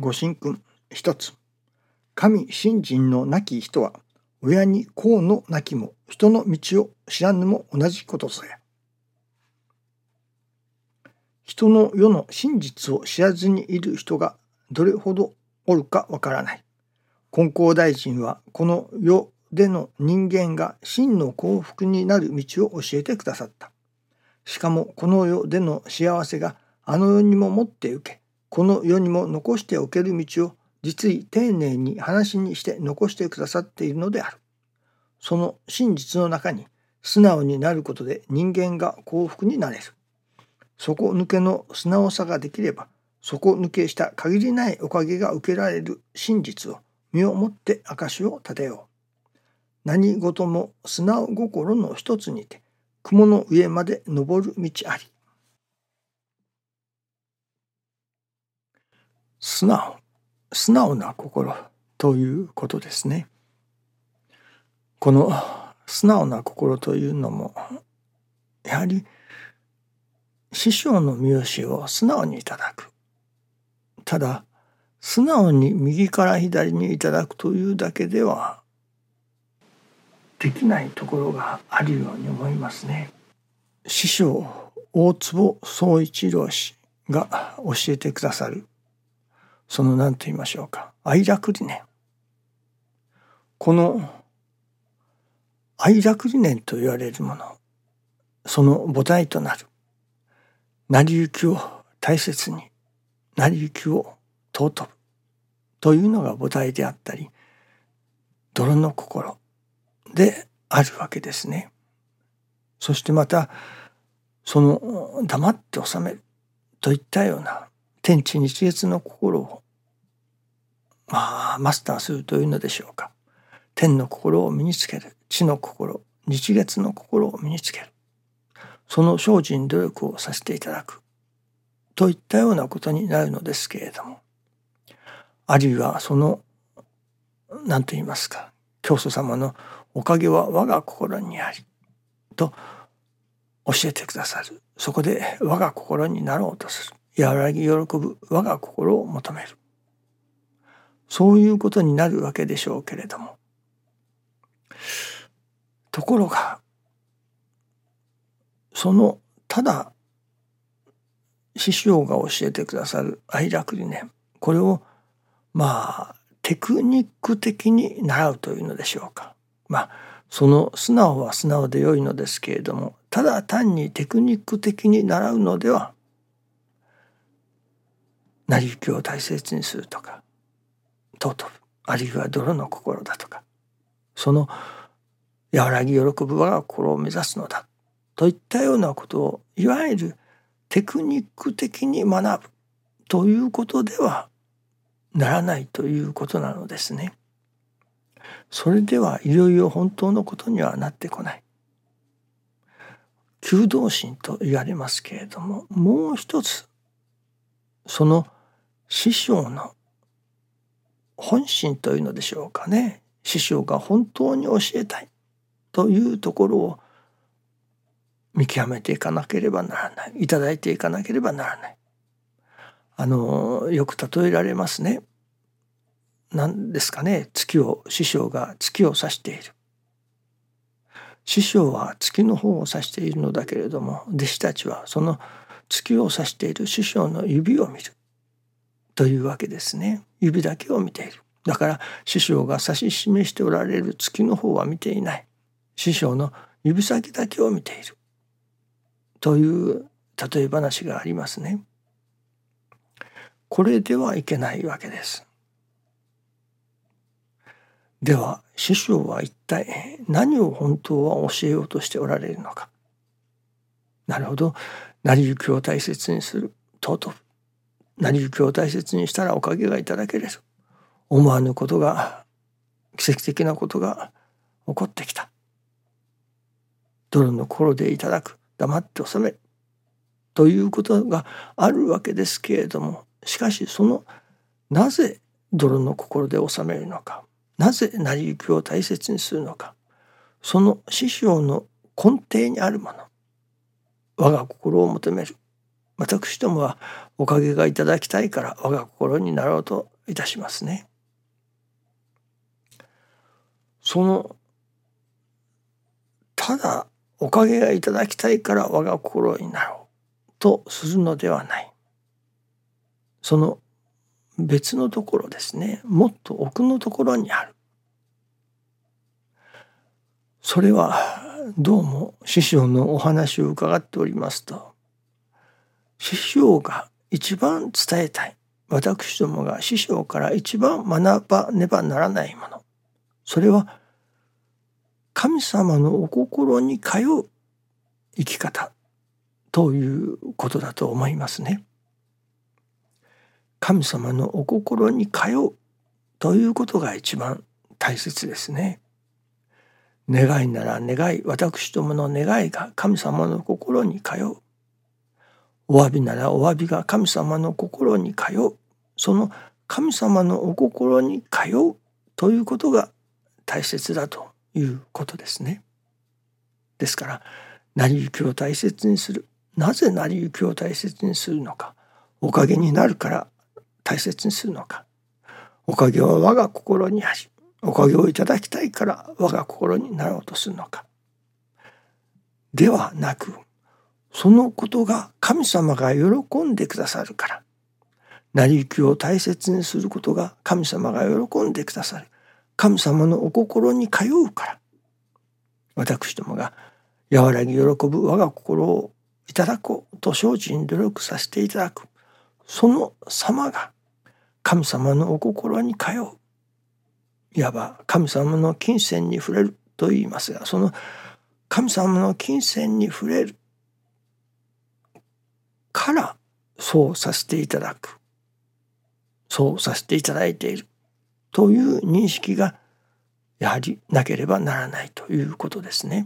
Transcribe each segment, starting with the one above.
ご神君一つ。神信心のなき人は、親に子のなきも人の道を知らぬも同じことぞや。人の世の真実を知らずにいる人がどれほどおるかわからない。金光大臣はこの世での人間が真の幸福になる道を教えてくださった。しかもこの世での幸せがあの世にも持って受け、この世にも残しておける道を実に丁寧に話にして残してくださっているのである。その真実の中に素直になることで人間が幸福になれる。底抜けの素直さができれば、底抜けした限りないおかげが受けられる真実を身をもって証を立てよう。何事も素直心の一つにて、雲の上まで登る道あり。素直な心ということですね。この素直な心というのも、やはり師匠の御教を素直にいただく。ただ素直に右から左にいただくというだけではできないところがあるように思いますね。師匠大坪宗一郎氏が教えてくださる、その何と言いましょうか、愛楽理念。この愛楽理念と言われるもの、その母体となる成り行きを大切に、成り行きを尊ぶというのが母体であったり、泥の心であるわけですね。そしてまたその黙って収めるといったような天地日月の心をマスターするというのでしょうか。天の心を身につける、地の心、日月の心を身につける、その精進努力をさせていただくといったようなことになるのですけれども、あるいはその何と言いますか、教祖様のおかげは我が心にありと教えてくださる。そこで我が心になろうとする、和らぎ喜ぶ我が心を求める、そういうことになるわけでしょうけれども、ところがそのただ師匠が教えてくださる愛楽理念、これをテクニック的に習うというのでしょうか。その素直は素直で良いのですけれども、ただ単にテクニック的に習うのでは、成り行きを大切にするとか、尊ぶ、あるいは泥の心だとか、その和らぎ喜ぶ我が心を目指すのだといったようなことを、いわゆるテクニック的に学ぶということではならないということなのですね。それではいよいよ本当のことにはなってこない。求道心と言われますけれども、もう一つその師匠の本心というのでしょうかね、師匠が本当に教えたいというところを見極めていかなければならない、いただいていかなければならない。よく例えられますね。何ですかね、師匠が月を指している。師匠は月の方を指しているのだけれども、弟子たちはその月を指している師匠の指を見るというわけですね。指だけを見ている。だから師匠が指し示しておられる月の方は見ていない。師匠の指先だけを見ているという例え話がありますね。これではいけないわけです。では師匠は一体何を本当は教えようとしておられるのか。なるほど、成り行きを大切にする、尊ぶ、成り行きを大切にしたらおかげがいただける。思わぬことが、奇跡的なことが起こってきた。泥の心でいただく、黙って収めるということがあるわけですけれども、しかしそのなぜ泥の心で収めるのか、なぜ成り行きを大切にするのか、その師匠の根底にあるもの、我が心を求める、 私どもはおかげがいただきたいから我が心になろうといたしますね。ただおかげがいただきたいから我が心になろうとするのではない。その別のところですね、もっと奥のところにある。それはどうも師匠のお話を伺っておりますと、師匠が一番伝えたい、私どもが師匠から一番学ばねばならないもの、それは神様のお心に通う生き方ということだと思いますね。神様のお心に通うということが一番大切ですね。願いなら願い、私どもの願いが神様の心に通う。お詫びならお詫びが神様の心に通う。その神様のお心に通うということが大切だということですね。ですから、成り行きを大切にする。なぜ成り行きを大切にするのか。おかげになるから大切にするのか。おかげは我が心にあり、おかげをいただきたいから我が心になろうとするのか。ではなく、そのことが神様が喜んでくださるから、成り行きを大切にすることが神様が喜んでくださる。神様のお心に通うから、私どもが和らぎ喜ぶ我が心をいただこうと精進努力させていただく。その様が神様のお心に通う。いわば神様の金銭に触れると言いますが、その神様の金銭に触れるからそうさせていただく。そうさせていただいているという認識がやはりなければならないということですね。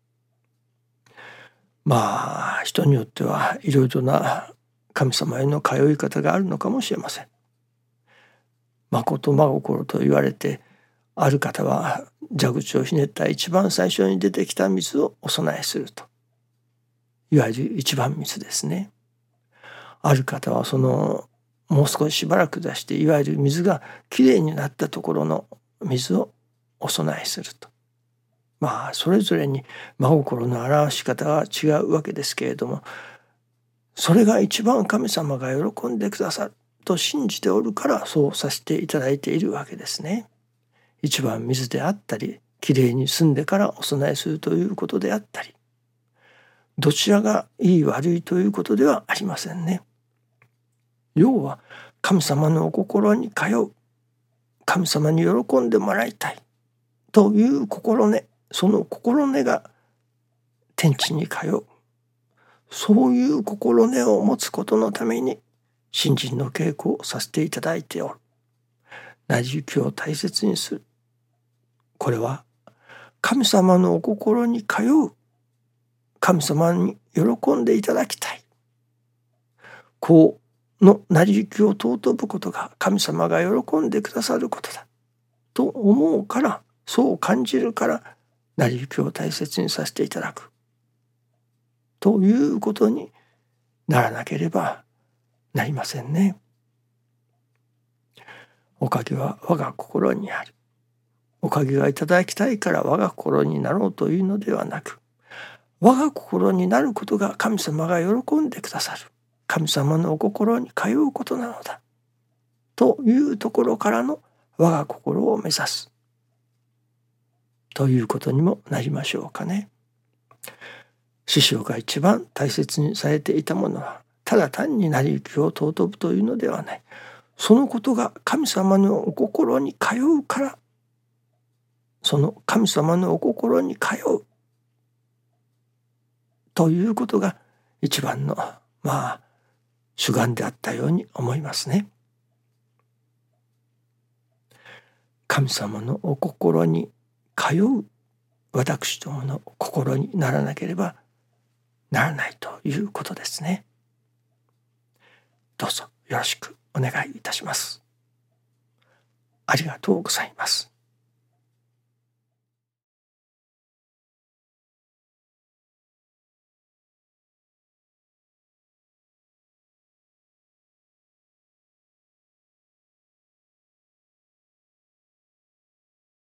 人によってはいろいろな神様への通い方があるのかもしれません。まこと真心と言われて、ある方は蛇口をひねった一番最初に出てきた水をお供えすると。いわゆる一番水ですね。ある方はもう少ししばらく出して、いわゆる水がきれいになったところの水をお供えすると。それぞれに真心の表し方が違うわけですけれども、それが一番神様が喜んでくださると信じておるからそうさせていただいているわけですね。一番水であったり、きれいに澄んでからお供えするということであったり、どちらがいい悪いということではありませんね。要は神様のお心に通う、神様に喜んでもらいたいという心根、その心根が天地に通う、そういう心根を持つことのために信心の稽古をさせていただいておる。成り行きを大切にする。これは神様のお心に通う、神様に喜んでいただきたい、こうの成り行きを尊ぶことが神様が喜んでくださることだと思うから、そう感じるから成り行きを大切にさせていただくということにならなければなりませんね。おかげは我が心にある。おかげがいただきたいから我が心になろうというのではなく、我が心になることが神様が喜んでくださる、神様のお心に通うことなのだというところからの我が心を目指すということにもなりましょうかね。師匠が一番大切にされていたものは、ただ単に成り行きを尊ぶというのではない。そのことが神様のお心に通うから、その神様のお心に通うということが一番の主眼であったように思いますね。神様のお心に通う私どもの心にならなければならないということですね。どうぞよろしくお願いいたします。ありがとうございます。